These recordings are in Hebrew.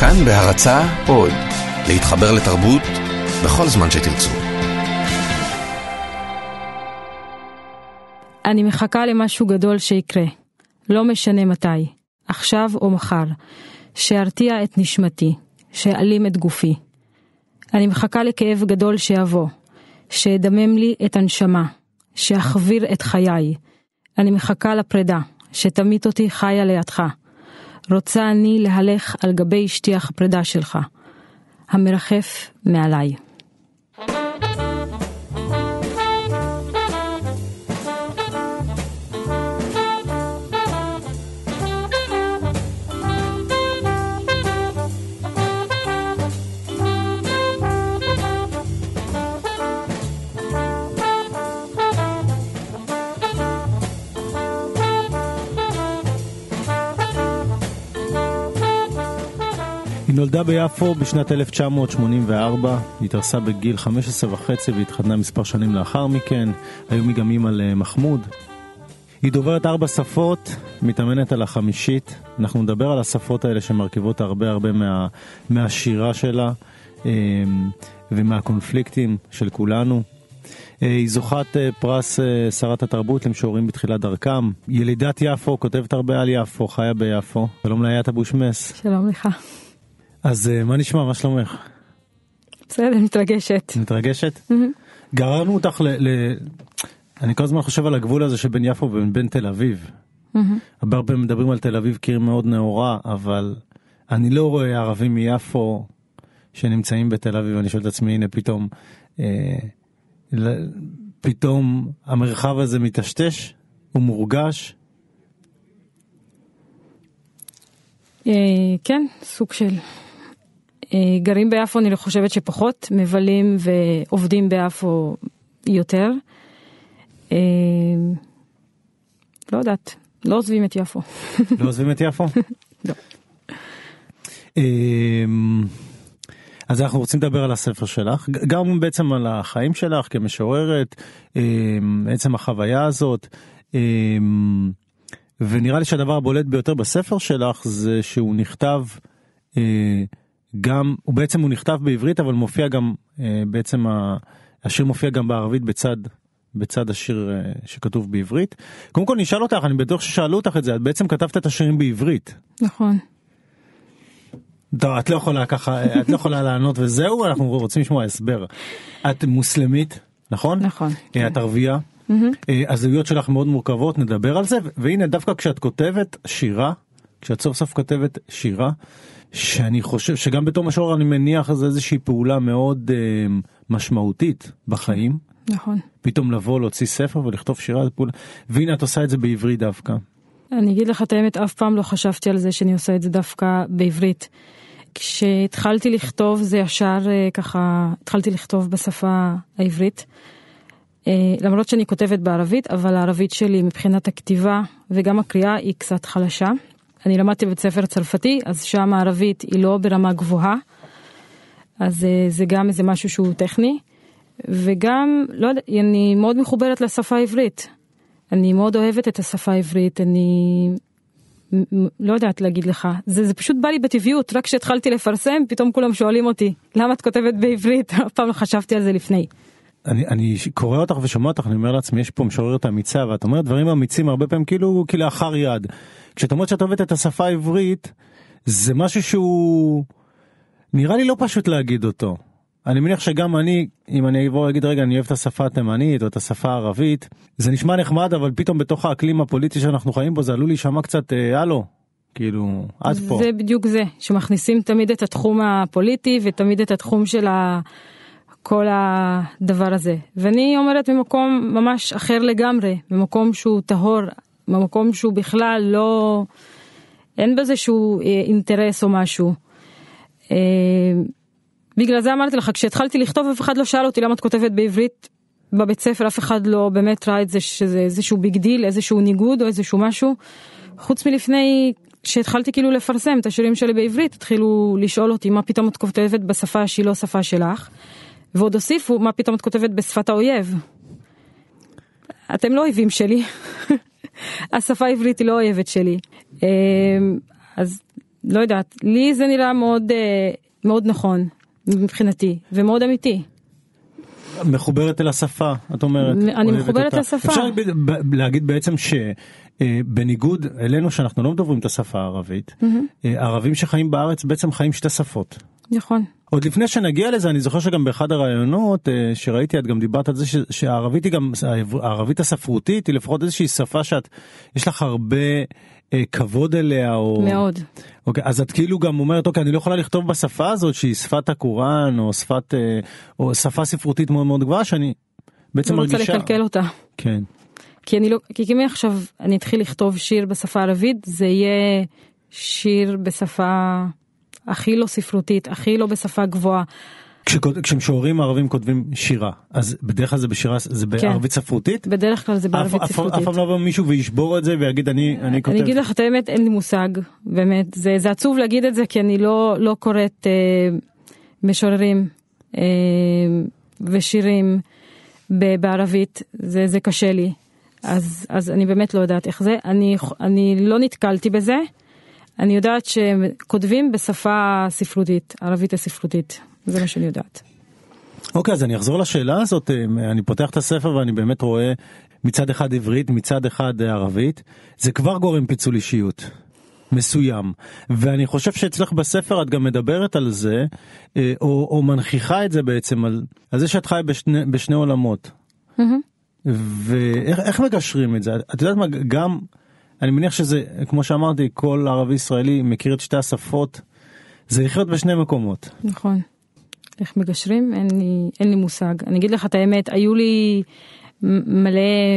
כאן בהרצאה עוד, להתחבר לתרבות בכל זמן שתרצו. אני מחכה למשהו גדול שיקרה, לא משנה מתי, עכשיו או מחר, שירתיע את נשמתי, שיעלים את גופי. אני מחכה לכאב גדול שיבוא, שידמם לי את הנשמה, שיחביר את חיי. אני מחכה לפרידה, שתמית אותי חיה לידך. רוצה אני להלך על גבי שטיח הפרידה שלך, המרחף מעליי. היא נולדה ביפו בשנת 1984, היא התארסה בגיל 15.5 והתחתנה מספר שנים לאחר מכן. היום היא גם אימא למחמוד. היא דוברת 4 שפות, מתאמנת על החמישית. אנחנו נדבר על השפות האלה שמרכיבות הרבה מהשירה שלה ומהקונפליקטים של כולנו. היא זוכת פרס שרת התרבות למשוררים בתחילת דרכם. ילידת יפו, כותבת הרבה על יפו, חיה ביפו. שלום לאיית אבושמס. שלום לך. אז מה נשמע? מה שלומך? בסדר, מתרגשת. מתרגשת? גררנו אותך אני כל הזמן חושב על הגבול הזה שבין יפו ובין תל אביב. הרבה פעמים מדברים על תל אביב כעיר מאוד נאורה, אבל אני לא רואה ערבים מיפו שנמצאים בתל אביב. אני שואל את עצמי, הנה פתאום המרחב הזה מתשתש, הוא מורגש. כן, סוג של גרים ביפו. אני חושבת שפחות, מבלים ועובדים ביפו יותר. לא יודעת, לא עוזבים את יפו. לא עוזבים את יפו? לא. אז אנחנו רוצים לדבר על הספר שלך, גם בעצם על החיים שלך כמשוררת, בעצם החוויה הזאת, ונראה לי שהדבר הבולט ביותר בספר שלך זה שהוא נכתב גם, הוא נכתב בעברית, אבל מופיע גם, בעצם השיר מופיע גם בערבית בצד השיר שכתוב בעברית. קודם כל נשאל אותך, אני בטוח ששאלו אותך את זה, את בעצם כתבת את השירים בעברית. נכון. טוב, את לא יכולה לענות וזהו, אנחנו רוצים לשמוע הסבר. את מוסלמית, נכון? נכון. את ערבייה. הזהויות שלך מאוד מורכבות, נדבר על זה, והנה דווקא כשאת כותבת שירה, כשאת סוף סוף כותבת שירה, שאני חושב שגם בתור משורר אני מניח זה איזושהי פעולה מאוד משמעותית בחיים. נכון. פתאום לבוא, להוציא ספר ולכתוב שירה, והנה את עושה את זה בעברית דווקא. אני אגיד לך את האמת, אף פעם לא חשבתי על זה שאני עושה את זה דווקא בעברית. כשהתחלתי לכתוב זה ישר ככה, התחלתי לכתוב בשפה העברית. למרות שאני כותבת בערבית, אבל הערבית שלי מבחינת הכתיבה וגם הקריאה היא קצת חלשה. אני למדתי בבית ספר צרפתי, אז שם הערבית היא לא ברמה גבוהה, אז זה גם איזה משהו שהוא טכני, וגם, לא יודע, אני מאוד מחוברת לשפה העברית. אני מאוד אוהבת את השפה העברית, אני לא יודעת להגיד לך, זה פשוט בא לי בטבעיות, רק כשהתחלתי לפרסם, פתאום כולם שואלים אותי, למה את כותבת בעברית? אף פעם לא חשבתי על זה לפני. אני קורא אותך ושומע אותך, אני אומר לעצמי, יש פה משוררת אמיצה, ואת אומרת דברים אמיצים הרבה פעמים כאילו כלאחר יד. כשאת אומרת שאת אוהבת את השפה העברית, זה משהו שהוא נראה לי לא פשוט להגיד אותו. אני מניח שגם אני, אם אני אבוא להגיד רגע, אני אוהב את השפה התימנית או את השפה הערבית, זה נשמע נחמד, אבל פתאום בתוך האקלים הפוליטי שאנחנו חיים בו, זה עלול להישמע קצת, הלו, כאילו, עד פה. זה בדיוק זה, שמכניסים תמיד את התחום הפוליטי, ותמיד את התחום של כל הדבר הזה. ואני אומרת ממקום ממש אחר לגמרי, ממקום שהוא טהור, ממקום שהוא בכלל לא, אין בזה שהוא אינטרס או משהו. בגלל זה אמרתי לך, כשהתחלתי לכתוב, אף אחד לא שאל אותי למה את כותבת בעברית בבית ספר, אף אחד לא באמת ראה את זה, שזה איזשהו ביג דיל, איזשהו ניגוד או איזשהו משהו. חוץ מלפני שהתחלתי כאילו לפרסם את השירים שלי בעברית, התחילו לשאול אותי מה פתאום את כותבת בשפה שהיא לא שפה שלך, ועוד הוסיפו מה פתאום את כותבת בשפת האויב. אתם לא אויבים שלי. השפה העברית היא לא אויבת שלי. אז לא יודעת, לי זה נראה מאוד, מאוד נכון מבחינתי, ומאוד אמיתי. מחוברת אל השפה, את אומרת. אני מחוברת לשפה. אפשר להגיד בעצם שבניגוד אלינו שאנחנו לא מדברים את השפה הערבית, הערבים שחיים בארץ בעצם חיים שתי שפות. נכון. עוד לפני שנגיע לזה, אני זוכר שגם באחד הרעיונות שראיתי, את גם דיברת על זה שהערבית היא גם, הערבית הספרותית היא לפחות איזושהי שפה יש לך הרבה כבוד אליה. מאוד. אוקיי, אז את כאילו גם אומרת, אוקיי, אני לא יכולה לכתוב בשפה הזאת שהיא שפת הקוראן או שפה ספרותית מאוד מאוד גבוהה, שאני בעצם מרגישה... לא רוצה לקלקל אותה. כן. כי אם עכשיו אני אתחיל לכתוב שיר בשפה הערבית, זה יהיה שיר בשפה הכי לא ספרותית, הכי לא בשפה גבוהה. כשמשוררים ערבים כותבים שירה, אז בדרך כלל זה בשירה, זה בערבית ספרותית? בדרך כלל זה בערבית ספרותית. אף פעם לא בא מישהו וישבור את זה ויגיד אני כותב. אני אגיד לך את האמת, אין לי מושג, באמת. זה עצוב להגיד את זה, כי אני לא קוראת משוררים ושירים בערבית, זה קשה לי. אז אני באמת לא יודעת איך זה. אני לא נתקלתי בזה. אני יודעת שכותבים בשפה ספרותית, ערבית הספרותית. זה מה שאני יודעת. אוקיי, אז אני אחזור לשאלה הזאת. אני פותח את הספר ואני באמת רואה מצד אחד עברית, מצד אחד ערבית. זה כבר גורם פיצול אישיות מסוים. ואני חושב שאצלך בספר את גם מדברת על זה, או מנכיחה את זה בעצם, על זה שאת חי בשני עולמות. ואיך מגשרים את זה? את יודעת מה, גם... אני מניח שזה, כמו שאמרתי, כל ערבי ישראלי מכיר את שתי השפות, זה לחיות בשני מקומות. נכון. איך מגשרים? אין לי מושג. אני אגיד לך את האמת, היו לי מלא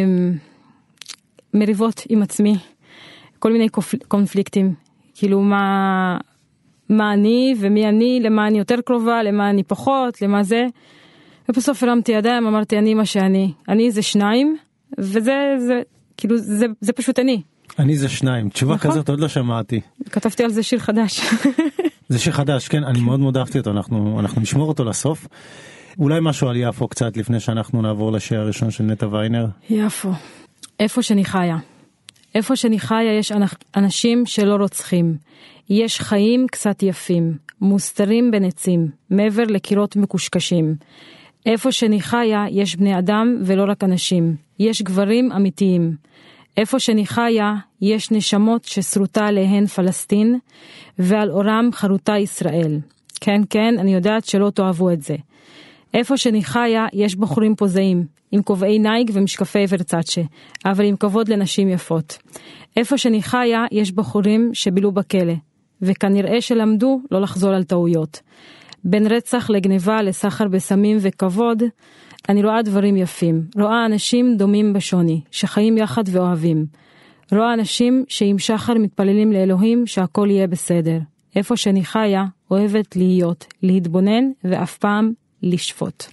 מריבות עם עצמי, כל מיני קונפליקטים, כאילו מה אני ומי אני, למה אני יותר קרובה, למה אני פחות, למה זה, ובסוף הרמתי ידיים, אמרתי אני מה שאני, אני זה שניים, וזה כאילו זה פשוט אני. אני זה שניים, תשובה נכון? כזאת עוד לא שמעתי. כתבתי על זה שיר חדש. זה שיר חדש, כן, אני מאוד מאוד אהבתי אותו, אנחנו נשמור אותו לסוף. אולי משהו על יפו קצת לפני שאנחנו נעבור לשיר הראשון של נטע ויינר. יפו, איפה שאני חיה. איפה שאני חיה יש אנשים שלא רוצחים. יש חיים קצת יפים, מוסתרים בנצים, מעבר לקירות מקושקשים. איפה שאני חיה יש בני אדם ולא רק אנשים. יש גברים אמיתיים. איפה שאני חיה יש נשמות ששרוטה עליהן פלסטין, ועל אורם חרוטה ישראל. כן, כן, אני יודעת שלא תאהבו את זה. איפה שאני חיה יש בחורים פוזאים, עם כובעי נייק ומשקפי ורצאצ'ה, אבל עם כבוד לנשים יפות. איפה שאני חיה יש בחורים שבילו בכלא, וכנראה שלמדו לא לחזור על טעויות. בין רצח לגניבה לסחר בסמים וכבוד, אני רואה דברים יפים, רואה אנשים דומים בשוני, שחיים יחד ואוהבים. רואה אנשים שעם שחר מתפללים לאלוהים שהכל יהיה בסדר. איפה שאני חיה, אוהבת להיות, להתבונן ואף פעם לשפוט.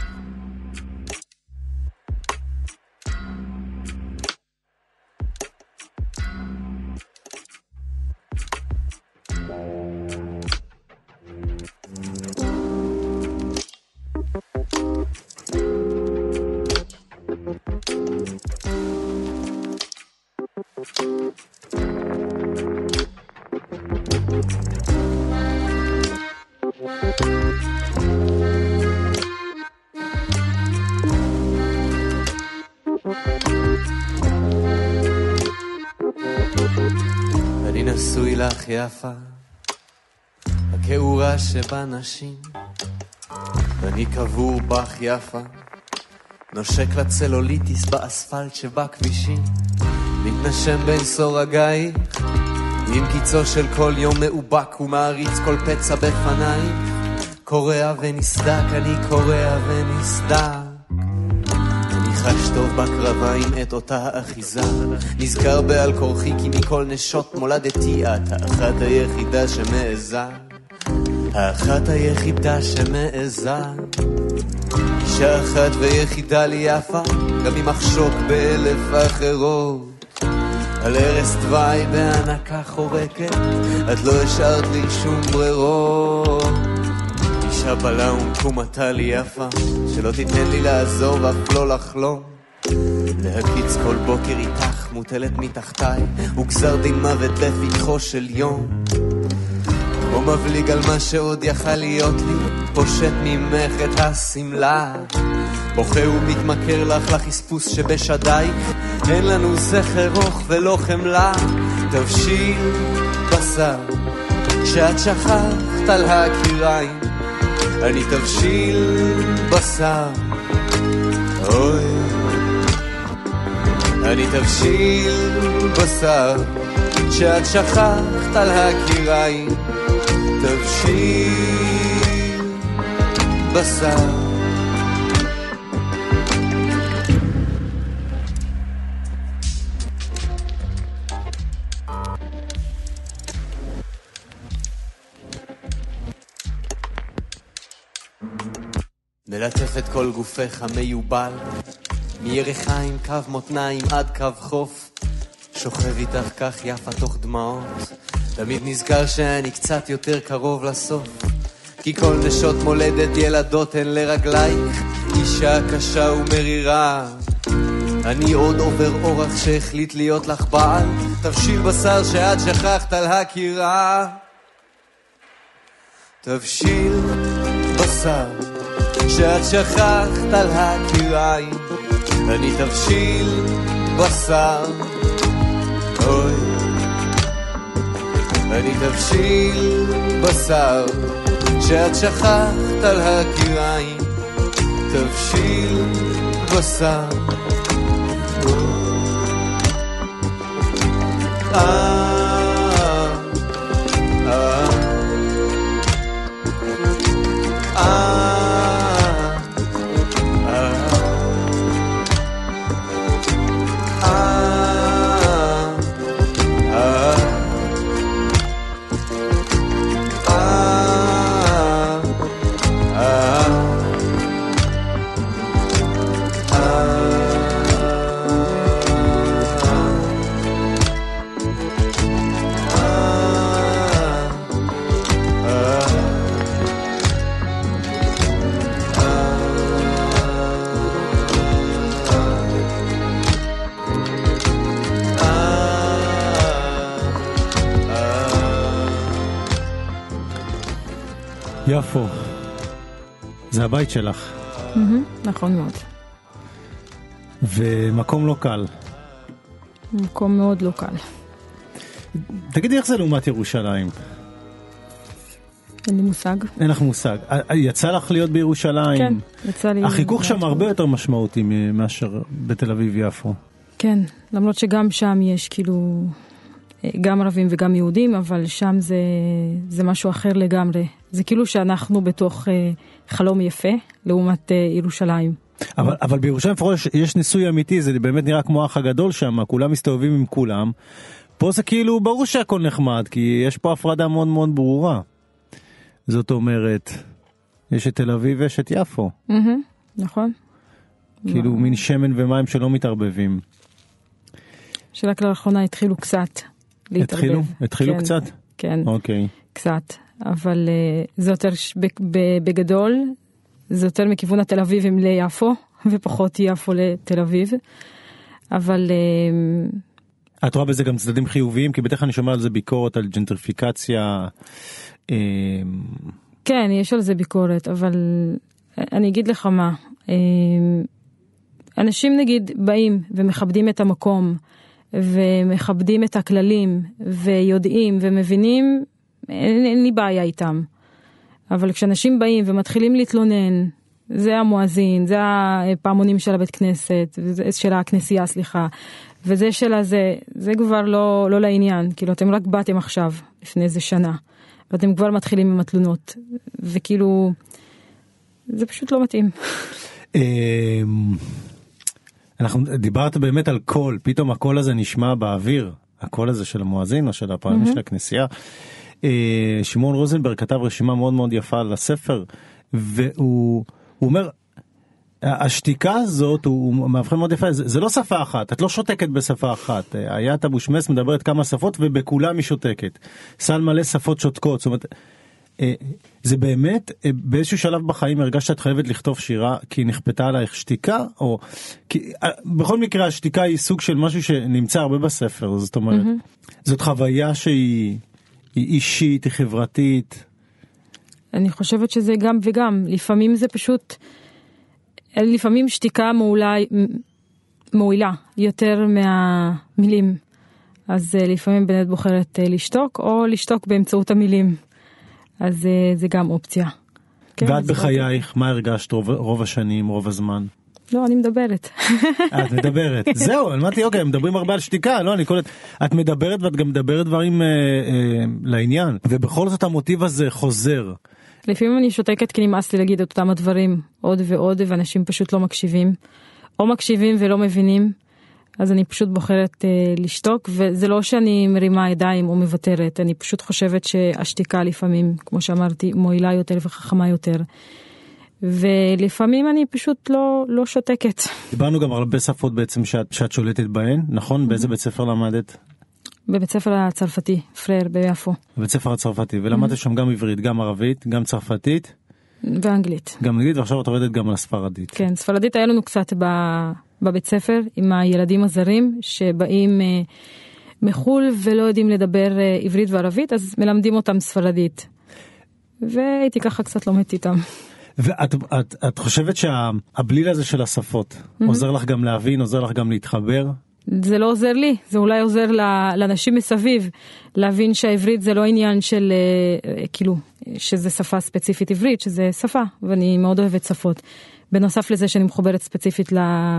אני נשוי לך יפה, הכאורה שבנשים, ואני קבור בך יפה, נושק לצלוליטיס באספלט שבכבישים, מתנשם בין סורגייך, עם קיצו של כל יום מאובק ומעריץ כל פצע בפנייך, קורע ונסדק, אני קורע ונסדק. אני חש טוב בקרביים את אותה אחיזה, נזכר בעל כורחי כי מכל נשות מולדתי את האחת היחידה שמעזה, האחת היחידה שמעזה. אישה אחת ויחידה לי יפה, גם אם אחשוק באלף אחרות, על ערש תוואי בענקה חורקת, את לא השארת לי שום ברירות. אישה בלה ומקומתה לי יפה, שלא תיתן לי לעזוב אף לא לחלום, להקיץ כל בוקר איתך מוטלת מתחתיי, וגזר דין מוות בפתחו של יום. או מבליג על מה שעוד יכל להיות לי, פושט ממך את הסמלה, בוכה ומתמכר לך לחספוס שבשדייך, אין לנו זכר רוח ולא חמלה, תבשיל בשר שאת שכחת על הקיריים, אני תבשיל בשר, אוי, אני תבשיל בשר שאת שכחת על הקיריים, תבשיל בשר. נלטף את כל גופך המיובל, מירחיים קו מותניים עד קו חוף, שוכב איתך כך יפה תוך דמעות, תמיד נזכר שאני קצת יותר קרוב לסוף, כי כל נשות מולדת ילדות הן לרגלייך, אישה קשה ומרירה, אני עוד עובר אורח שהחליט להיות לך בעל, תבשיל בשר שאת שכחת על הקירה, תבשיל בשר שאת שכחת על הקיריים, אני תבשיל בשר, אוי, אני תבשיל בשר שאת שכחת על הקיריים, תבשיל בשר, יפו, זה הבית שלך. נכון מאוד. ומקום לא קל. מקום מאוד לא קל. תגידי איך זה לעומת ירושלים? אין לי מושג. אין לך מושג. יצא לך להיות בירושלים? כן, יצא לי. החיכוך שם הרבה יותר משמעותי מאשר בתל אביב יפו. כן, למרות שגם שם יש כאילו גם ערבים וגם יהודים, אבל שם זה משהו אחר לגמרי. זה כאילו שאנחנו בתוך חלום יפה לעומת ירושלים. אבל בירושלים יש ניסוי אמיתי, זה באמת נראה כמו האח הגדול שם, כולם מסתובבים עם כולם. פה זה כאילו ברור שהכל נחמד, כי יש פה הפרדה מאוד מאוד ברורה. זאת אומרת, יש את תל אביב ויש את יפו. נכון. כאילו מין שמן ומים שלא מתערבבים. שרק לאחרונה התחילו קצת להתערבב. התחילו קצת? כן. אוקיי. קצת. אבל זה יותר בגדול, זה יותר מכיוון התל אביבים ליפו, ופחות יפו לתל אביב. אבל את רואה בזה גם צדדים חיוביים? כי בטח אני שומע על זה ביקורת, על ג'נטריפיקציה. כן, יש על זה ביקורת, אבל אני אגיד לך מה. אנשים נגיד באים ומכבדים את המקום, ומכבדים את הכללים, ויודעים ומבינים, אין לי בעיה איתם. אבל כשאנשים באים ומתחילים להתלונן, זה המואזין, זה הפעמונים של הבית כנסת, של הכנסייה, סליחה, וזה שלה, זה כבר לא לעניין. כאילו, אתם רק באתם עכשיו, לפני איזה שנה, ואתם כבר מתחילים עם התלונות, וכאילו, זה פשוט לא מתאים. אנחנו דיברת באמת על קול, פתאום הקול הזה נשמע באוויר, הקול הזה של המואזין או של הפעמים של הכנסייה. שמעון רוזנברג כתב רשימה מאוד מאוד יפה על הספר, והוא אומר, השתיקה הזאת, הוא מאבחן מאוד יפה, זה לא שפה אחת, את לא שותקת בשפה אחת, איית אבו שמס מדברת כמה שפות ובכולם היא שותקת, סל מלא שפות שותקות, זאת אומרת, זה באמת, באיזשהו שלב בחיים הרגשת שאת חייבת לכתוב שירה כי נכפתה עלייך שתיקה, או כי בכל מקרה השתיקה היא סוג של משהו שנמצא הרבה בספר, זאת אומרת, זאת חוויה שהיא היא אישית, היא חברתית? אני חושבת שזה גם וגם. לפעמים זה פשוט, לפעמים שתיקה מועילה יותר מהמילים. אז לפעמים בנט בוחרת לשתוק, או לשתוק באמצעות המילים. אז זה גם אופציה. ואת בחייך, מה הרגשת רוב השנים, רוב הזמן? לא, אני מדברת. את מדברת. זהו, אמרתי, אוקיי, מדברים הרבה על שתיקה, לא, אני קולט, את מדברת ואת גם מדברת דברים לעניין, ובכל זאת המוטיב הזה חוזר. לפעמים אני שותקת כי נמאס לי להגיד את אותם הדברים עוד ועוד, ואנשים פשוט לא מקשיבים, או מקשיבים ולא מבינים, אז אני פשוט בוחרת לשתוק, וזה לא שאני מרימה ידיים או מוותרת, אני פשוט חושבת שהשתיקה לפעמים, כמו שאמרתי, מועילה יותר וחכמה יותר. ולפעמים אני פשוט לא שותקת. דיברנו גם הרבה שפות בעצם שאת שולטת בהן, נכון? באיזה בית ספר למדת? בבית ספר הצרפתי, פרר ביפו. בבית ספר הצרפתי, ולמדת שם גם עברית, גם ערבית, גם צרפתית? ואנגלית. גם אנגלית, ועכשיו את עובדת גם על הספרדית. כן, ספרדית היה לנו קצת בבית ספר עם הילדים הזרים שבאים מחול ולא יודעים לדבר עברית וערבית, אז מלמדים אותם ספרדית. והייתי ככה קצת לומדת איתם. ואת חושבת שהבליל הזה של השפות עוזר לך גם להבין, עוזר לך גם להתחבר? זה לא עוזר לי, זה אולי עוזר לאנשים מסביב, להבין שהעברית זה לא עניין של, כאילו, שזה שפה ספציפית עברית, שזה שפה, ואני מאוד אוהבת שפות. בנוסף לזה שאני מחוברת ספציפית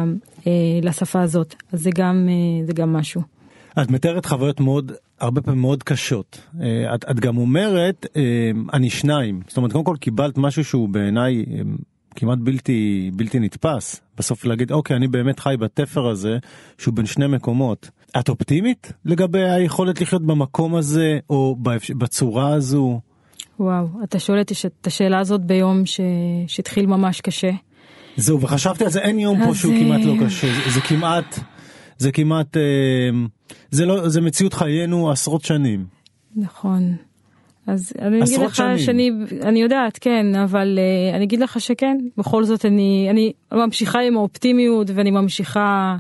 לשפה הזאת, אז זה גם משהו. את מתארת חוויות מאוד, הרבה פעמים מאוד קשות. את גם אומרת, אני שניים. זאת אומרת, קודם כל קיבלת משהו שהוא בעיניי כמעט בלתי נתפס. בסוף להגיד, אוקיי, אני באמת חי בתפר הזה, שהוא בין שני מקומות. את אופטימית לגבי היכולת לחיות במקום הזה, או בצורה הזו? וואו, אתה שואל את השאלה הזאת ביום שהתחיל ממש קשה. זהו, וחשבתי על זה, אין יום פה שהוא כמעט לא קשה. זה כמעט, זה מציאות חיינו עשרות שנים. נכון. אז אני אגיד לך אני יודעת, כן, אבל אני אגיד לך שכן, בכל זאת אני ממשיכה עם האופטימיות, ואני ממשיכה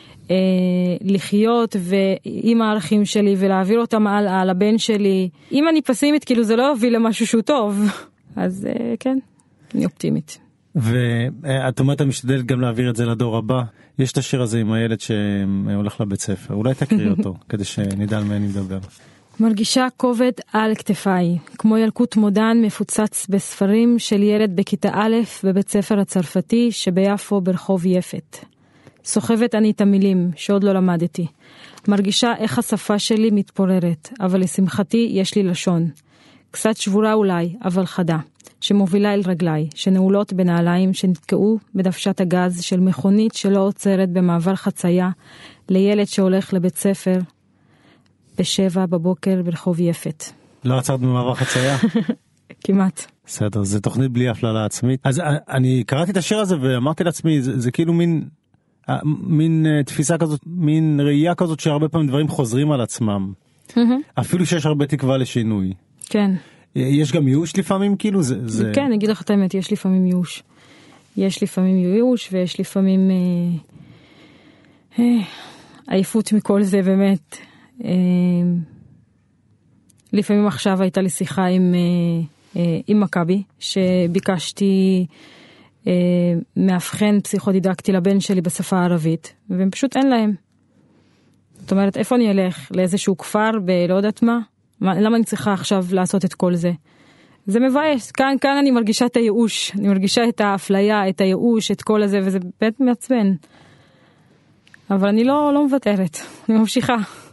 לחיות ועם הערכים שלי, ולהעביר אותם על הבן שלי. אם אני פסימית, כאילו זה לא יוביל למשהו שהוא טוב. אז כן, אני אופטימית. ואת אומרת, משתדלת גם להעביר את זה לדור הבא. יש את השיר הזה עם הילד שהולך לבית ספר. אולי תקריא אותו, כדי שנדע על מה אני מדבר. מרגישה כובד על כתפיי, כמו ילקוט מודן מפוצץ בספרים של ילד בכיתה א' בבית ספר הצרפתי שביפו ברחוב יפת. סוחבת אני את המילים שעוד לא למדתי. מרגישה איך השפה שלי מתפוררת, אבל לשמחתי יש לי לשון. קצת שבורה אולי, אבל חדה, שמובילה אל רגליי, שנעולות בנעליים שנתקעו בדוושת הגז של מכונית שלא עוצרת במעבר חצייה, לילד שהולך לבית ספר, ב7 בבוקר ברחוב יפת. לא עצרת במעבר חצייה? כמעט. בסדר, זה תוכנית בלי הפללה עצמית. אז אני קראתי את השיר הזה ואמרתי לעצמי, זה כאילו מין תפיסה כזאת, מין ראייה כזאת שהרבה פעמים דברים חוזרים על עצמם. אפילו שיש הרבה תקווה לשינוי. כן. יש גם ייאוש לפעמים, כאילו זה... כן, אני אגיד לך את האמת, יש לפעמים ייאוש. יש לפעמים ייאוש ויש לפעמים עייפות מכל זה באמת. לפעמים עכשיו הייתה לי שיחה עם מכבי, שביקשתי מאבחן פסיכודידקטי לבן שלי בשפה הערבית, והם פשוט אין להם. זאת אומרת, איפה אני אלך? לאיזשהו כפר בלא יודעת מה? למה אני צריכה עכשיו לעשות את כל זה? זה מבאס. כאן אני מרגישה את הייאוש, אני מרגישה את האפליה, את הייאוש, את כל הזה, וזה באמת מעצבן. אבל אני לא מוותרת, אני ממשיכה.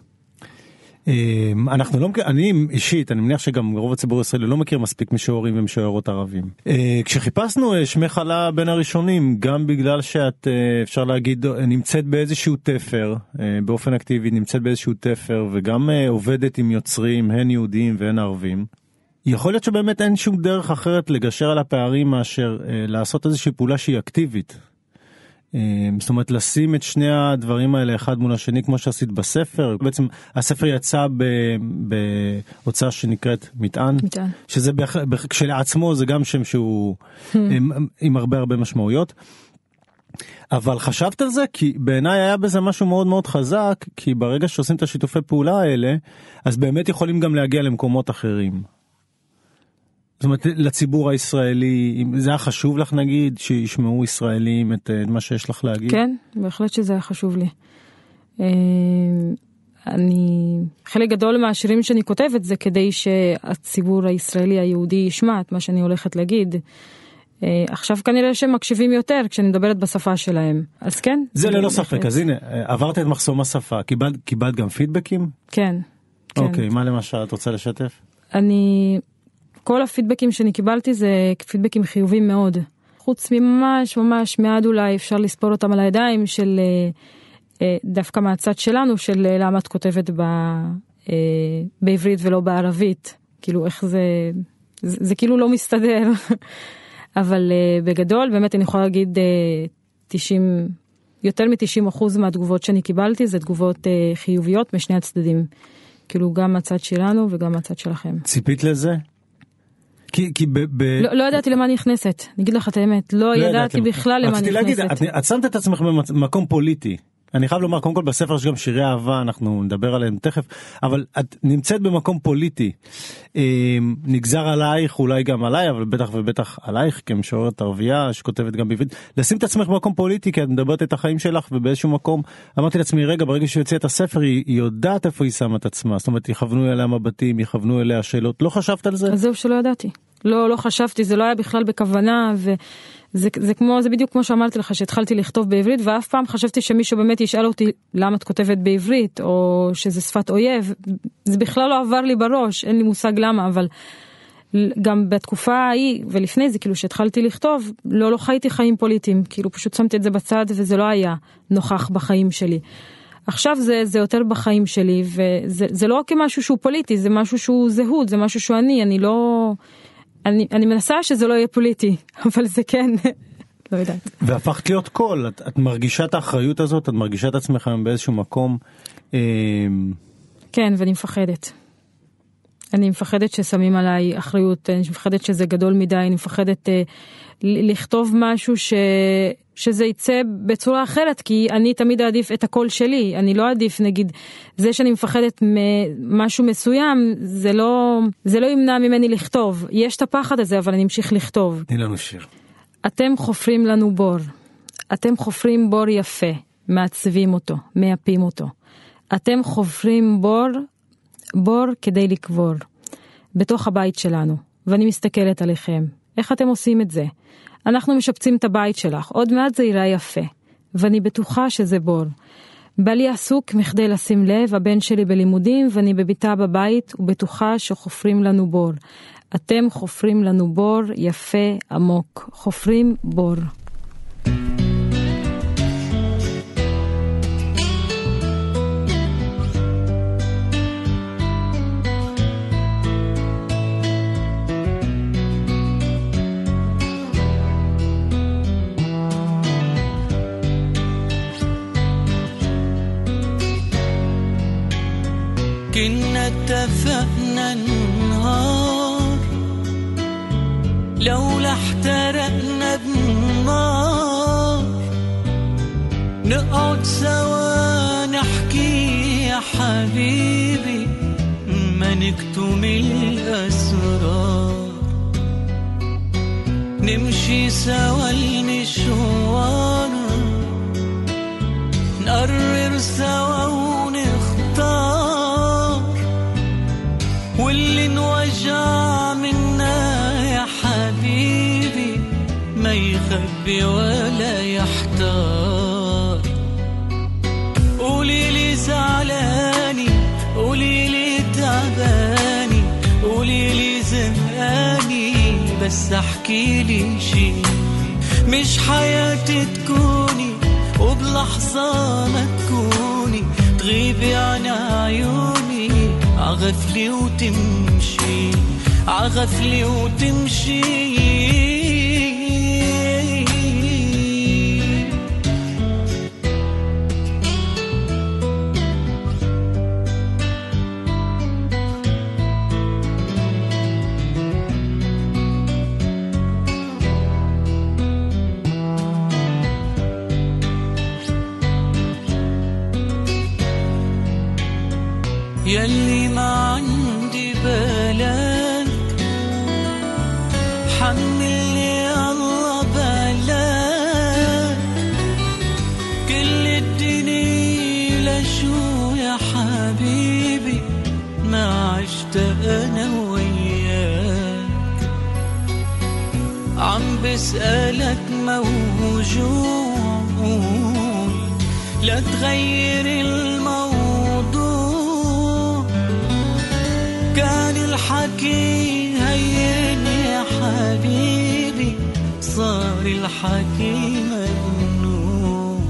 אנחנו לא מכיר, אני אישית, אני מניח שגם רוב הציבור הישראלי לא מכיר מספיק משוררים ומשוררות ערבים. כשחיפשנו שמך עלה בין הראשונים, גם בגלל שאת, אפשר להגיד, נמצאת באיזשהו תפר, באופן אקטיבי נמצאת באיזשהו תפר, וגם עובדת עם יוצרים, הן יהודים והן ערבים. יכול להיות שבאמת אין שום דרך אחרת לגשר על הפערים מאשר לעשות איזושהי פעולה שהיא אקטיבית. זאת אומרת, לשים את שני הדברים האלה אחד מול השני, כמו שעשית בספר. בעצם הספר יצא בהוצאה שנקראת מטען. שזה כשלעצמו זה גם שם שהוא עם הרבה משמעויות. אבל חשבת על זה? כי בעיניי היה בזה משהו מאוד מאוד חזק, כי ברגע שעושים את השיתופי פעולה האלה, אז באמת יכולים גם להגיע למקומות אחרים. זאת אומרת, לציבור הישראלי, זה היה חשוב לך נגיד, שישמעו ישראלים את מה שיש לך להגיד? כן, בהחלט שזה היה חשוב לי. חלק גדול מהשירים שאני כותבת זה כדי שהציבור הישראלי היהודי ישמע את מה שאני הולכת להגיד. עכשיו כנראה שהם מקשיבים יותר כשאני מדברת בשפה שלהם, אז כן. זה ללא ספק, אז הנה, עברת את מחסום השפה, קיבלת גם פידבקים? כן. אוקיי, מה למשל את רוצה לשתף? כל הפידבקים שאני קיבלתי זה פידבקים חיובים מאוד. חוץ ממש ממש מעד אולי אפשר לספור אותם על הידיים של דווקא מהצד שלנו של למה את כותבת בעברית ולא בערבית. כאילו איך זה כאילו לא מסתדר. אבל בגדול באמת אני יכולה להגיד יותר מ-90% מהתגובות שאני קיבלתי זה תגובות חיוביות משני הצדדים. כאילו גם מהצד שלנו וגם מהצד שלכם. ציפית לזה? לא ידעתי למה נכנסת, נגיד לך את האמת, לא ידעתי בכלל למה נכנסת. את שמת את עצמך במקום פוליטי, אני חייב לומר, קודם כל בספר יש גם שירי אהבה, אנחנו נדבר עליהם תכף, אבל את נמצאת במקום פוליטי, נגזר עלייך, אולי גם עליי, אבל בטח ובטח עלייך, כמשוררת ערבייה, שכותבת גם בעברית, לשים את עצמך במקום פוליטי, כי את מדברת את החיים שלך, ובאיזשהו מקום, אמרתי לעצמי, רגע, ברגע שיוצא את הספר, היא יודעת איפה היא שמה את עצמה, זאת אומרת, יכוונו אליה מבטים, יכוונו אליה שאלות, לא חשבת על זה? אז זהו שלא ידעתי. לא חשבתי, זה לא היה בכלל בכוונה, זה בדיוק כמו שאמרתי לך, שהתחלתי לכתוב בעברית, ואף פעם חשבתי שמישהו באמת ישאל אותי, למה את כותבת בעברית, או שזה שפת אויב, זה בכלל לא עבר לי בראש, אין לי מושג למה, אבל גם בתקופה ההיא, ולפני זה, כאילו שהתחלתי לכתוב, לא חייתי חיים פוליטיים, כאילו פשוט שמתי את זה בצד, וזה לא היה נוכח בחיים שלי. עכשיו זה יותר בחיים שלי, וזה לא כמשהו שהוא פוליטי, זה משהו שהוא זהות, זה משהו שהוא אני מנסה שזה לא יהיה פוליטי, אבל זה כן, לא יודעת. והפכת להיות קול, את מרגישה את האחריות הזאת, את מרגישה את עצמך באיזשהו מקום? כן, ואני מפחדת. אני מפחדת ששמים עליי אחריות, אני מפחדת שזה גדול מדי, אני מפחדת לכתוב משהו שזה יצא בצורה אחרת, כי אני תמיד אעדיף את הקול שלי, אני לא אעדיף, נגיד, זה שאני מפחדת ממשהו מסוים, זה לא ימנע ממני לכתוב, יש את הפחד הזה, אבל אני אמשיך לכתוב. תני לנו שיר. אתם חופרים לנו בור, אתם חופרים בור יפה, מעצבים אותו, מייפים אותו, אתם חופרים בור כדי לקבור, בתוך הבית שלנו, ואני מסתכלת עליכם, איך אתם עושים את זה? אנחנו משפצים את הבית שלך, עוד מעט זה ייראה יפה, ואני בטוחה שזה בור. בעלי עסוק מכדי לשים לב, הבן שלי בלימודים, ואני בביתה בבית, ובטוחה שחופרים לנו בור. אתם חופרים לנו בור יפה עמוק, חופרים בור. كنا اتفقنا النهار لولا احترقنا بالنار نقعد سوا نحكي يا حبيبي ما نكتم الأسرار نمشي سوا المشوار نقرر سوا واللي نوجع منا يا حبيبي ما يخبي ولا يحتار قولي لي زعلاني قولي لي تعباني قولي لي زهقاني بس احكي لي شي مش حياتي تكوني وبلحظة ما تكوني تغيبي عن عيوني عغفلي وتمشي عغفلي وتمشي يلي ما عندي بالك حملني الله بالك كل الدنيا لشو يا حبيبي ما عشت أنا وياك عم بسألك موجوع لا تغير الموضوع كان الحكي هين يا حبيبي صار الحكي ممنوع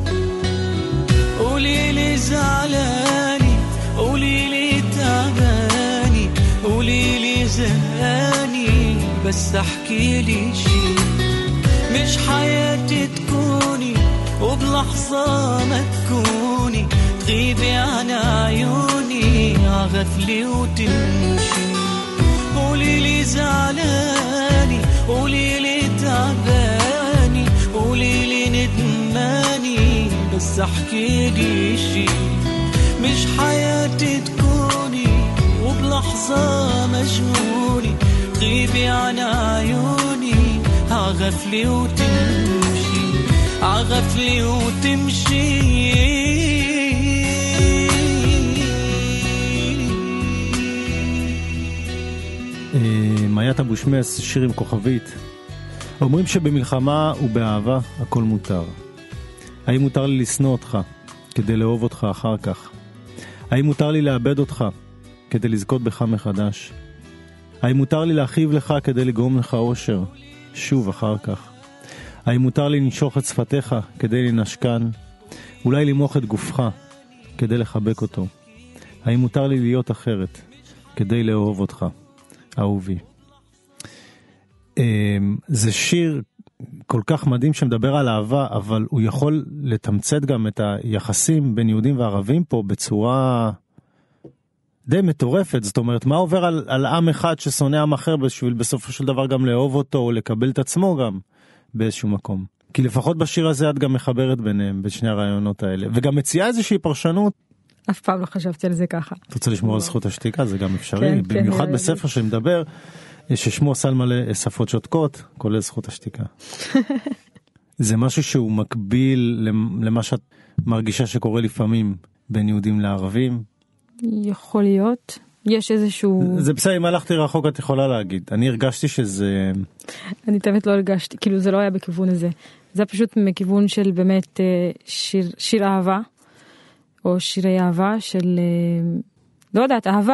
قولي لي زعلاني قولي لي تعباني قولي لي زهقاني بس احكي لي شي مش حياتي تكوني وبلحظة ما تكوني تغيبي عن عيوني عغفلي وتمشي قولي لي زعلاني قولي لي تعباني قولي لي ندماني بس احكي لي شي مش حياتي تكوني وبلحظة مجنوني تغيبي عن عيوني عغفلي وتمشي عغفلي وتمشي מאיית אבו שמס, שיר עם כוכבית. אומרים שבמלחמה ובאהבה הכל מותר. האם מותר לי לשנוא אותך כדי לאהוב אותך אחר כך? האם מותר לי לאבד אותך כדי לזכות בך מחדש? האם מותר לי להכאיב לך כדי לגרום לך אושר שוב אחר כך? האם מותר לי לנשוך את שפתיך כדי לנשקן? אולי למוח את גופך כדי לחבק אותו? האם מותר לי להיות אחרת כדי לאהוב אותך? אהובי. זה שיר כל כך מדהים שמדבר על אהבה, אבל הוא יכול לתמצת גם את היחסים בין יהודים וערבים פה בצורה די מטורפת. זאת אומרת, מה עובר על עם אחד ששונא עם אחר בשביל בסופו של דבר גם לאהוב אותו או לקבל את עצמו גם באיזשהו מקום. כי לפחות בשיר הזה את גם מחברת ביניהם, בשני הרעיונות האלה, וגם מציעה איזושהי פרשנות. אף פעם לא חשבתי על זה ככה. את רוצה לשמור על זכות השתיקה, זה גם אפשרי, במיוחד בספר שמדבר, ששמו סל מלא שפות שותקות, כולל זכות השתיקה. זה משהו שהוא מקביל למה שאת מרגישה שקורה לפעמים בין יהודים לערבים? יכול להיות. יש איזשהו... זה בסדר, אם הלכתי רחוק את יכולה להגיד. אני הרגשתי שזה... אני תמיד לא הרגשתי, כאילו זה לא היה בכיוון הזה. זה פשוט מכיוון של באמת שיר אהבה, או שירי אהבה של... לא יודעת, אהבה.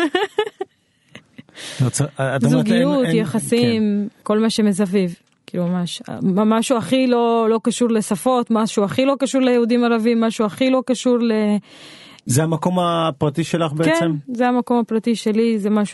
זוגיות, יחסים, כל מה שמסביב. כאילו משהו הכי לא קשור לשפות, משהו הכי לא קשור ליהודים ערבים, משהו הכי לא קשור ל... זה המקום הפרטי שלך בעצם? כן, זה המקום הפרטי שלי, זה משהו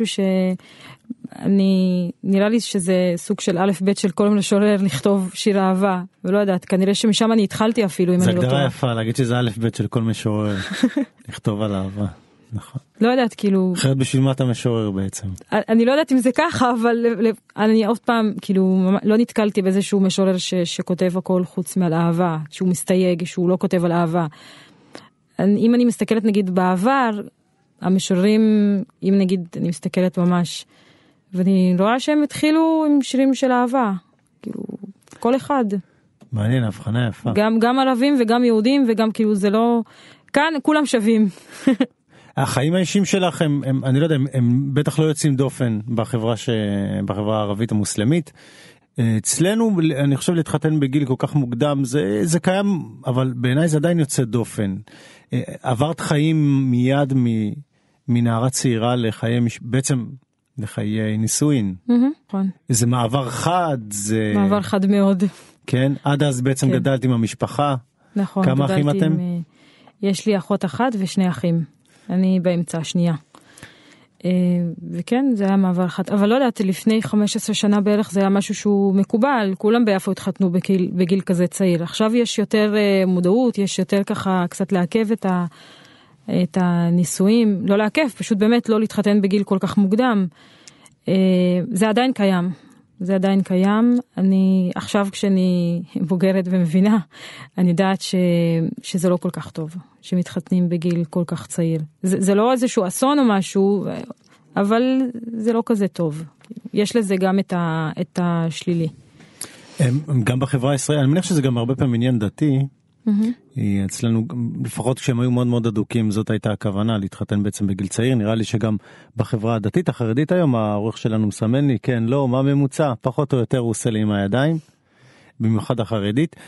נראה לי שזה סוג של א' ב' של כל משורר לכתוב שיר אהבה, ולא יודעת, כנראה שמשם אני התחלתי אפילו, אם אני לא טועה. זה הגדרה יפה, להגיד שזה א' ב' של כל משורר, לכתוב על אהבה, נכון. לא יודעת, כאילו... אחרת בשביל מה אתה משורר בעצם? אני לא יודעת אם זה ככה, אבל אני עוד פעם, כאילו, לא נתקלתי באיזשהו משורר שכותב הכל חוץ מעל אהבה, שהוא מסתייג, שהוא לא כותב על אהבה. אם אני מסתכלת נגיד בעבר, המשוררים, אם נגיד אני מסתכלת ממש, ואני רואה שהם התחילו עם שירים של אהבה, כאילו, כל אחד. מעניין, הבחנה יפה. גם ערבים וגם יהודים, וגם כאילו זה לא, כאן כולם שווים. החיים האישיים שלך, אני לא יודע, הם בטח לא יוצאים דופן בחברה הערבית המוסלמית. אצלנו, אני חושב להתחתן בגיל כל כך מוקדם, זה קיים, אבל בעיניי זה עדיין יוצא דופן. עברת חיים מיד מנערה צעירה לחיי, בעצם לחיי נישואין. נכון. זה מעבר חד, זה... מעבר חד מאוד. כן, עד אז בעצם גדלת עם המשפחה. נכון. כמה אחים אתם? יש לי אחות אחת ושני אחים. אני באמצע השנייה. וכן, זה היה מעבר אחד. אבל לא יודעת, לפני 15 שנה בערך זה היה משהו שהוא מקובל. כולם ביפו התחתנו בגיל כזה צעיר. עכשיו יש יותר מודעות, יש יותר ככה קצת לעכב את הנישואים. לא לעכב, פשוט באמת לא להתחתן בגיל כל כך מוקדם. זה עדיין קיים. זה עדיין קיים. אני, עכשיו כשאני בוגרת ומבינה, אני יודעת שזה לא כל כך טוב. שמתחתנים בגיל כל כך צעיר. זה לא איזשהו אסון או משהו, אבל זה לא כזה טוב. יש לזה גם את השלילי. גם בחברה הישראלית, אני מניח שזה גם הרבה פעמים עניין דתי, אצלנו, לפחות כשהם היו מאוד מאוד אדוקים, זאת הייתה הכוונה, להתחתן בעצם בגיל צעיר. נראה לי שגם בחברה הדתית, החרדית היום, העורך שלנו מסמן לי, כן, לא, מה ממוצע, פחות או יותר הוא עושה לי עם הידיים, במיוחד החרדית.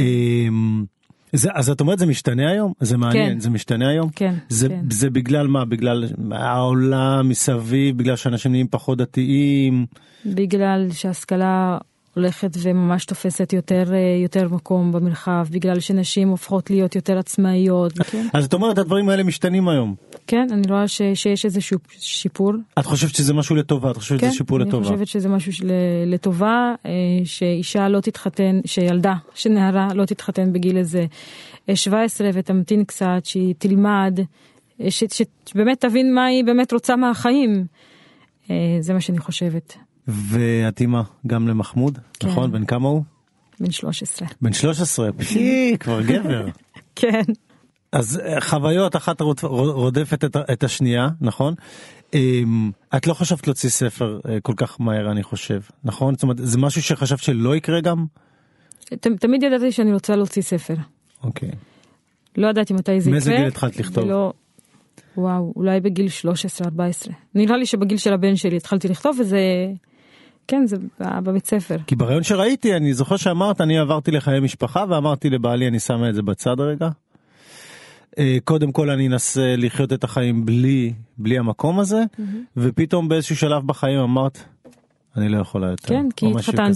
אז את אומרת, זה משתנה היום? זה מעניין, זה משתנה היום? כן. זה בגלל מה? בגלל העולם מסביב, בגלל שאנשים נהיים פחות דתיים? בגלל שההשכלה הולכת וממש תופסת יותר מקום במרחב, בגלל שנשים הופכות להיות יותר עצמאיות. אז את אומרת, הדברים האלה משתנים היום? כן, אני רואה שיש איזשהו שיפור. את חושבת שזה משהו לטובה? את חושבת שזה שיפור לטובה? אני חושבת שזה משהו לטובה, שאישה לא תתחתן, שילדה, שנערה לא תתחתן בגיל איזה 17 ותמתין קצת, שהיא תלמד, שבאמת תבין מה היא באמת רוצה מהחיים. זה מה שאני חושבת. ואת אימא גם למחמוד, כן. נכון? בן כמה הוא? בן 13. בן 13, כבר גבר. כן. אז חוויות, אחת רודפת את השנייה, נכון? את לא חשבת להוציא ספר כל כך מהר, אני חושב, נכון? זאת אומרת, זה משהו שחשבת שלא יקרה גם? תמיד ידעתי שאני רוצה להוציא ספר. אוקיי. לא ידעתי מתי זה יקרה. מאיזה גיל התחלת לכתוב? ולא... וואו, אולי בגיל 13-14. נראה לי שבגיל של הבן שלי התחלתי לכתוב, וזה... כן, זה בבית ספר. כי ברעיון שראיתי, אני זוכר שאמרת, אני עברתי לחיי משפחה, ואמרתי לבעלי, אני שמה את זה בצד רגע. קודם כל אני אנסה לחיות את החיים בלי המקום הזה, ופתאום באיזשהו שלב בחיים אמרת, אני לא יכולה יותר. כן, כי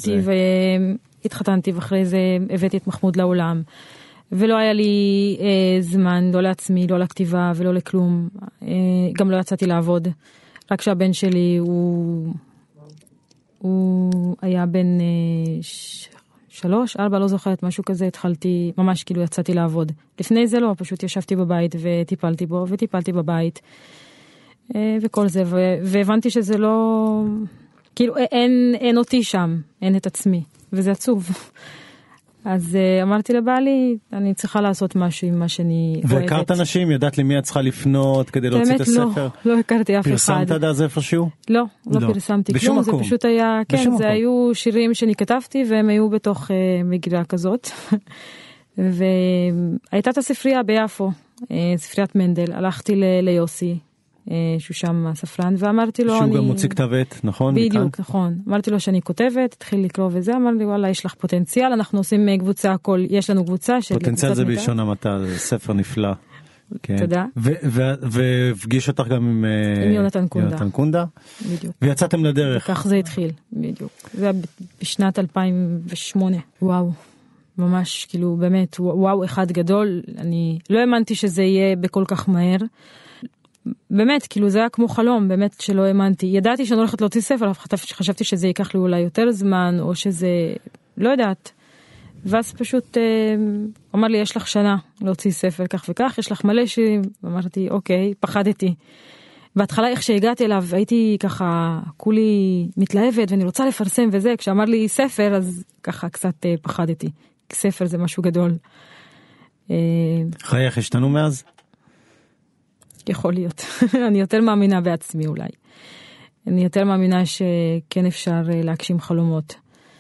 התחתנתי, ואחרי זה הבאתי את מחמוד לעולם. ולא היה לי זמן, לא לעצמי, לא לכתיבה ולא לכלום. גם לא יצאתי לעבוד. רק שהבן שלי הוא היה בן 3, 4, לא זוכרת, משהו כזה, התחלתי, ממש כאילו יצאתי לעבוד. לפני זה לא, פשוט ישבתי בבית וטיפלתי בו, וטיפלתי בבית, וכל זה, והבנתי שזה לא, כאילו אין אותי שם, אין את עצמי, וזה עצוב. אז אמרתי לבעלי, אני צריכה לעשות משהו עם מה שאני אוהבת. והכרת אנשים? ידעת למי את צריכה לפנות כדי להוציא את הספר? באמת לא הכרתי אף אחד. פרסמת עד אז איפשהו? לא פרסמתי כלום, זה פשוט היה, כן, זה היו שירים שאני כתבתי, והם היו בתוך מגילה כזאת. והייתה את הספרייה ביפו, ספריית מנדל, הלכתי ליוסי, שהוא שם הספרן, ואמרתי לו, שהוא גם מוציא כתב עת, נכון? בדיוק, נכון. אמרתי לו שאני כותבת, התחיל לקרוא וזה, אמר לי, וואלה, יש לך פוטנציאל, אנחנו עושים קבוצה, יש לנו קבוצה של... פוטנציאל זה בלשון המעטה, זה ספר נפלא. תודה. והפגיש אותך גם עם יונתן קונדה. בדיוק. ויצאתם לדרך. וכך זה התחיל, בדיוק. זה היה בשנת 2008. וואו. ממש, כאילו, באמת, וואו אחד גדול. אני לא האמנתי שזה יהיה בכל כך מהר. באמת, כאילו זה היה כמו חלום, באמת שלא האמנתי. ידעתי שאני הולכת להוציא ספר, אבל חשבתי שזה ייקח לי אולי יותר זמן, או שזה, לא יודעת. ואז פשוט אמר לי, יש לך שנה להוציא ספר כך וכך, יש לך מלא שירים. אמרתי, אוקיי, פחדתי. בהתחלה איך שהגעתי אליו, הייתי ככה, כולי מתלהבת, ואני רוצה לפרסם וזה. כשאמר לי ספר, אז ככה קצת פחדתי. ספר זה משהו גדול. חייך השתנו מאז? יכול להיות. אני יותר מאמינה בעצמי אולי. אני יותר מאמינה שכן אפשר להגשים חלומות.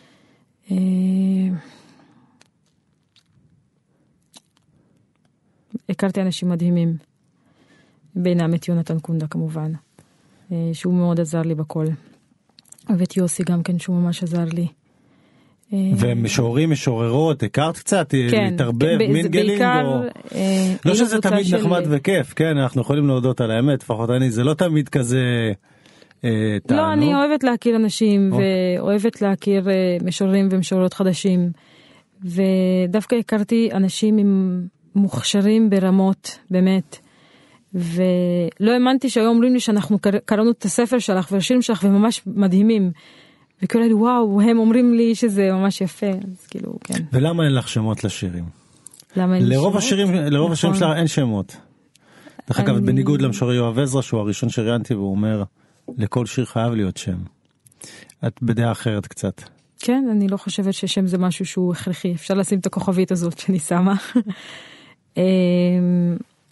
הכרתי אנשים מדהימים. בינם את יונתן קונדה כמובן. שהוא מאוד עזר לי בכל. ואת יוסי גם כן שהוא ממש עזר לי. ומשוררים, משוררות, הכרת קצת, להתערבב, מינגלינג, לא שזה תמיד נחמד וכיף, כן, אנחנו יכולים להודות על האמת, לפחות זה לא תמיד כזה תענוג. לא, אני אוהבת להכיר אנשים, ואוהבת להכיר משוררים ומשוררות חדשים, ודווקא הכרתי אנשים עם מוכשרים ברמות, באמת, ולא האמנתי שהיום אומרים לי שאנחנו קראנו את הספר שלך והשירים שלך, וממש מדהימים, וכאילו לי, וואו, הם אומרים לי שזה ממש יפה, אז כאילו, כן. ולמה אין לך שמות לשירים? למה אין לרוב השירים, לרוב השירים שלך אין שמות. דרך אגב, בניגוד למשורר יואב עזרא, שהוא הראשון שראיינתי, והוא אומר, לכל שיר חייב להיות שם. את בדעה אחרת קצת. כן, אני לא חושבת ששם זה משהו שהוא הכרחי. אפשר לשים את הכוכבית הזאת שאני שמה.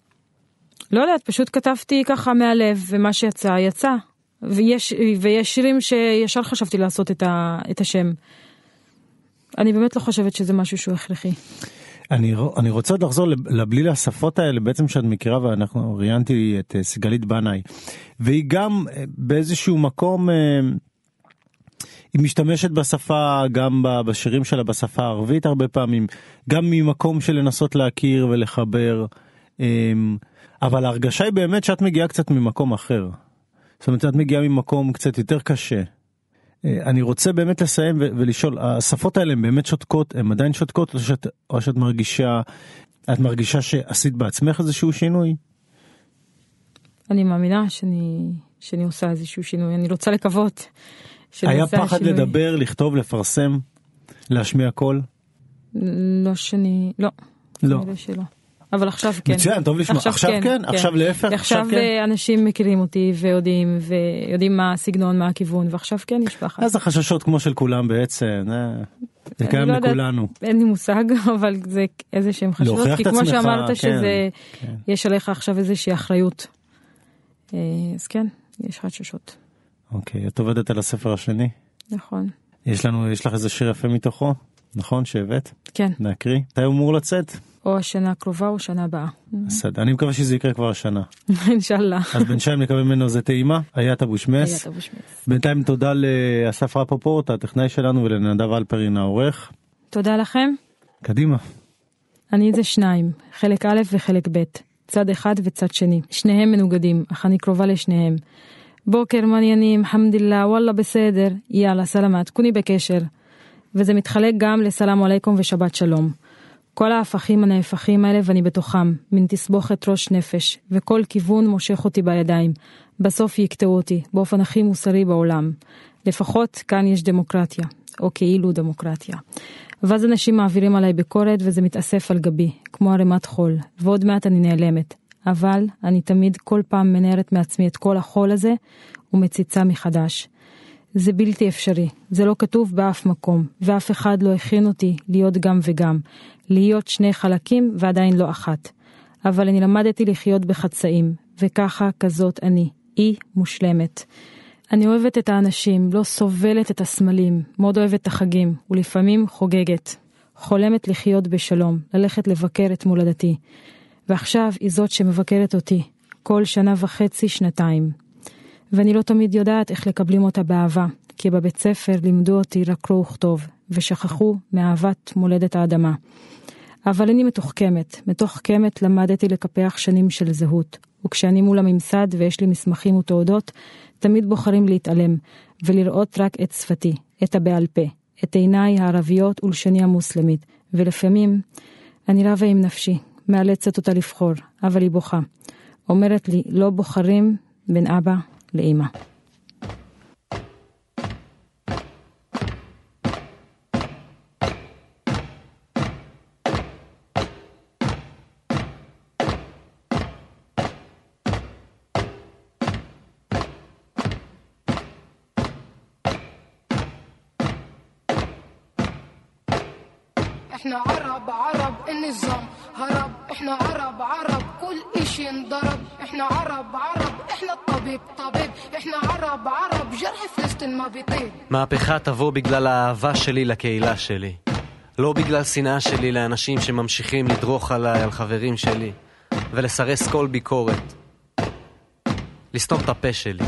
לא יודעת, פשוט כתבתי ככה מהלב, ומה שיצא, יצא. ויש שירים שישר חשבתי לעשות את השם. אני באמת לא חושבת שזה משהו שהוא הכרחי. אני רוצה עוד לחזור לבליל השפות האלה בעצם שאת מכירה, ואנחנו ראיינתי את סיגלית בנאי, והיא גם באיזשהו מקום, היא משתמשת בשפה, גם בשירים שלה בשפה הערבית הרבה פעמים, גם ממקום של לנסות להכיר ולחבר, אבל ההרגשה היא באמת שאת מגיעה קצת ממקום אחר. זאת אומרת, את מגיעה ממקום קצת יותר קשה. אני רוצה באמת לסיים ולשאול, השפות האלה הן באמת שותקות, הן עדיין שותקות, או שאת מרגישה שעשית בעצמך איזשהו שינוי? אני מאמינה שאני עושה איזשהו שינוי, אני רוצה לקוות. היה פחד לדבר, לכתוב, לפרסם, להשמיע קול? לא. כנראה שלא. אבל עכשיו כן. מצוין, טוב לשמוע. עכשיו כן? עכשיו להפך? עכשיו אנשים מכירים אותי ויודעים מה הסגנון, מה הכיוון, ועכשיו כן יש פחד. אז החששות כמו של כולם בעצם, זה קיים לכולנו. אין לי מושג, אבל זה איזה שהם חששות, כי כמו שאמרת שזה, יש עליך עכשיו איזושהי אחריות. אז כן, יש חששות. אוקיי, את עובדת על הספר השני? נכון. יש לך איזה שיר יפה מתוכו? נכון, שהבאת? כן. נקריא. אתה אמור לצאת? או השנה הקרובה או שנה הבאה. בסדר, אני מקווה שזה יקרה כבר השנה. אינשאללה. אז בינתיים נקווה ממנו זה טעימה, איית אבו שמס. בינתיים תודה לאסף רפפורט, הטכנאי שלנו, ולנדב אלפרין העורך. תודה לכם. קדימה. אני זה שניים, חלק א' וחלק ב', צד אחד וצד שני. שניהם מנוגדים, אך אני קרובה לשניהם. בוקר מעניינים, חמדיללה, וואלה בסדר, יאללה, סלמת, כוני בקשר. וזה מתחלק גם לסלאם עליכום ושבת שלום. כל ההפכים הנהפכים האלה ואני בתוכם, מן תסבוכת ראש נפש, וכל כיוון מושך אותי בידיים. בסוף יקטעו אותי, באופן הכי מוסרי בעולם. לפחות כאן יש דמוקרטיה, או כאילו דמוקרטיה. ואז אנשים מעבירים עליי ביקורת וזה מתאסף על גבי, כמו ערימת חול, ועוד מעט אני נעלמת. אבל אני תמיד כל פעם מנערת מעצמי את כל החול הזה, ומציצה מחדש. זה בלתי אפשרי, זה לא כתוב באף מקום, ואף אחד לא הכין אותי להיות גם וגם, להיות שני חלקים ועדיין לא אחת. אבל אני למדתי לחיות בחצאים, וככה כזאת אני, אי מושלמת. אני אוהבת את האנשים, לא סובלת את הסמלים, מאוד אוהבת את החגים, ולפעמים חוגגת. חולמת לחיות בשלום, ללכת לבקר את מולדתי. ועכשיו היא זאת שמבקרת אותי, כל שנה וחצי, שנתיים. ואני לא תמיד יודעת איך לקבלים אותה באהבה, כי בבית ספר לימדו אותי רק קרוא וכתוב, ושכחו מאהבת מולדת האדמה. אבל אני מתוחכמת למדתי לקפח שנים של זהות, וכשאני מול הממסד ויש לי מסמכים ותעודות, תמיד בוחרים להתעלם, ולראות רק את שפתי, את הבעל פה, את עיניי הערביות ולשני המוסלמית, ולפעמים אני רבה עם נפשי, מאלצת אותה לבחור, אבל היא בוכה. אומרת לי, לא בוחרים בין אבא לאמא. احنا عرب النظام هرب احنا عرب كل اشي انضرب احنا عرب احنا الطبيب احنا عرب جرح فلسطين ما بيطيب. מהפכה תבוא בגלל האהבה שלי לקהילה שלי, לא בגלל שנאה שלי לאנשים שממשיכים לדרוך עליי, על חברים שלי, ולסרס כל ביקורת. לסתום את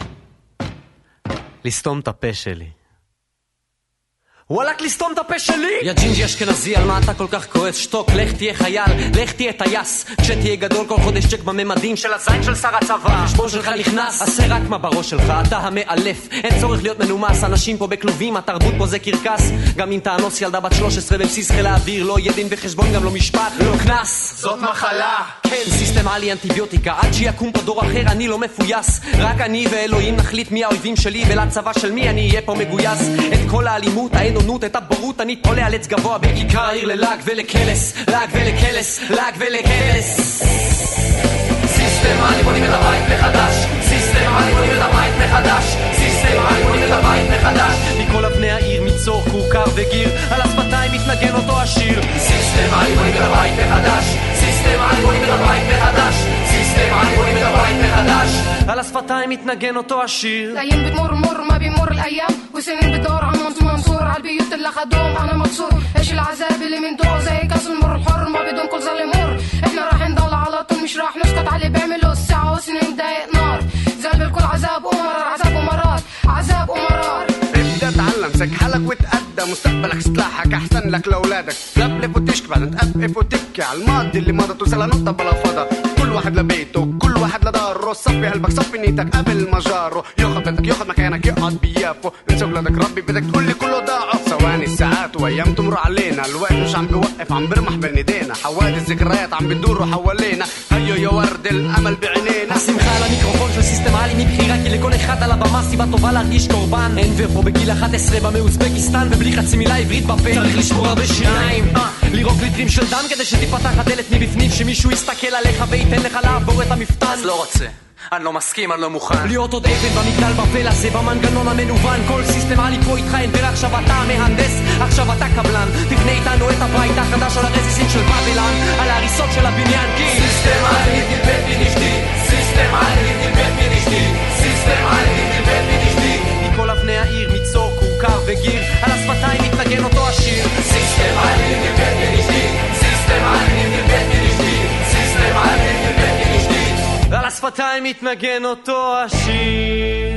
הפה שלי. וואלק, לסתום את הפה שלי! יא ג'ינג'י אשכנזי, על מה אתה כל כך כועס? שתוק, לך תהיה חייל, לך תהיה טייס, כשתהיה גדול כל חודש צ'ק בממדים של הזין של שר הצבא. החשבון שלך נכנס, עשה רק מה בראש שלך, אתה המאלף, אין צורך להיות מנומס, אנשים פה בכלובים, התרבות פה זה קרקס. גם אם תאנוס ילדה בת 13 בבסיס חיל האוויר, לא יהיה דין וחשבון, גם לא משפט, לא כנס, זאת מחלה. כן, סיסטם עלי אנטיביוטיקה, עד שיקום פה דור אחר אני לא מפויס, רק אני ואלוהים נחליט מי האויבים שלי ולצבא של מי אני אהיה פה מגויס. את כל האלימות, האדונות, את הבורות אני תולה על עץ גבוה בכיכר העיר ללעג ולקלס, לעג ולקלס. סיסטם אני בונים את הבית מחדש, מכל אבני העיר מצור קורקר וגיר, על השפתיים מתנגן אותו השיר. סיסטם אני בונים את הבית מחדש, סיסטם על בונים את הבית מחדש על השפתיים מתנגן אותו השיר الأيام بتمر مر ما بيمر الأيام وسنين بتدور على منصور على البيوت اللي خدوهم أنا مكسور إيش العذاب اللي من دور زي كاس المر الحر ما بدون كل ظل مر إحنا راح نضل على طول مش راح نسكت على اللي بيعملوا الساعة وسنين دقايق نار زلب الكل عذاب ومرار عذاب ومرار عذاب ومرار ابدأ تعلم سك حالك وتقدم مستقبلك سلاحك أحسن لك لأولادك لفلف وتشكي بعدين تقفف وتبكي على الماضي اللي مضى توصل لنقطة بلا فضا كل واحد لبيته كل واحد لداره صفي قلبك صفي نيتك قبل ما جاره ياخد بيتك ياخد مكانك يقعد بيافه انسى ولادك ربي بدك تقولي كله ضاعوا ثواني ساعات وايام تمر علينا الوقت مش عم بيوقف عم برمح بين ايدينا حوادث ذكريات عم بتدور حوالينا هيو يا ورد الامل بعينينا השמחה על המיקרופון של סיסטמלי מבחירה כי לכל אחד על הבמה סיבה טובה להרגיש קורבן אין ופה בגיל 11 במאוזבקיסטן ובלי חצי מילה עברית בפה צריך לשמור הרבה שיניים לירוק ליטרים של דם כדי שתפתח הדלת מבפנים שמישהו יסתכל עליך וייתן לך לעבור את המפתן אז לא רוצה אני לא מסכים, אני לא מוכן להיות עוד אבן במגדל בבל הזה במנגנון המנוון כל סיסטמלי פה איתך אין ועכשיו אתה המהנדס עכשיו אתה קבלן תבנה איתנו את הבית החדש על הרסיסים של בבלן על ההריסות של הבניין כי סיסטמלי תלבט מנשתי סיסטמלי תלבט מנשתי סיסטמלי תלבט מנשתי מכל אבני העיר מצור קורקר וגיר על השפתיים מתנגן אותו השיר סיסטמלי תלבט מנשתי סיסטמלי תלבט מנשתי סיסטמלי תלבט מנשתי על השפתיים מתנגן אותו השיר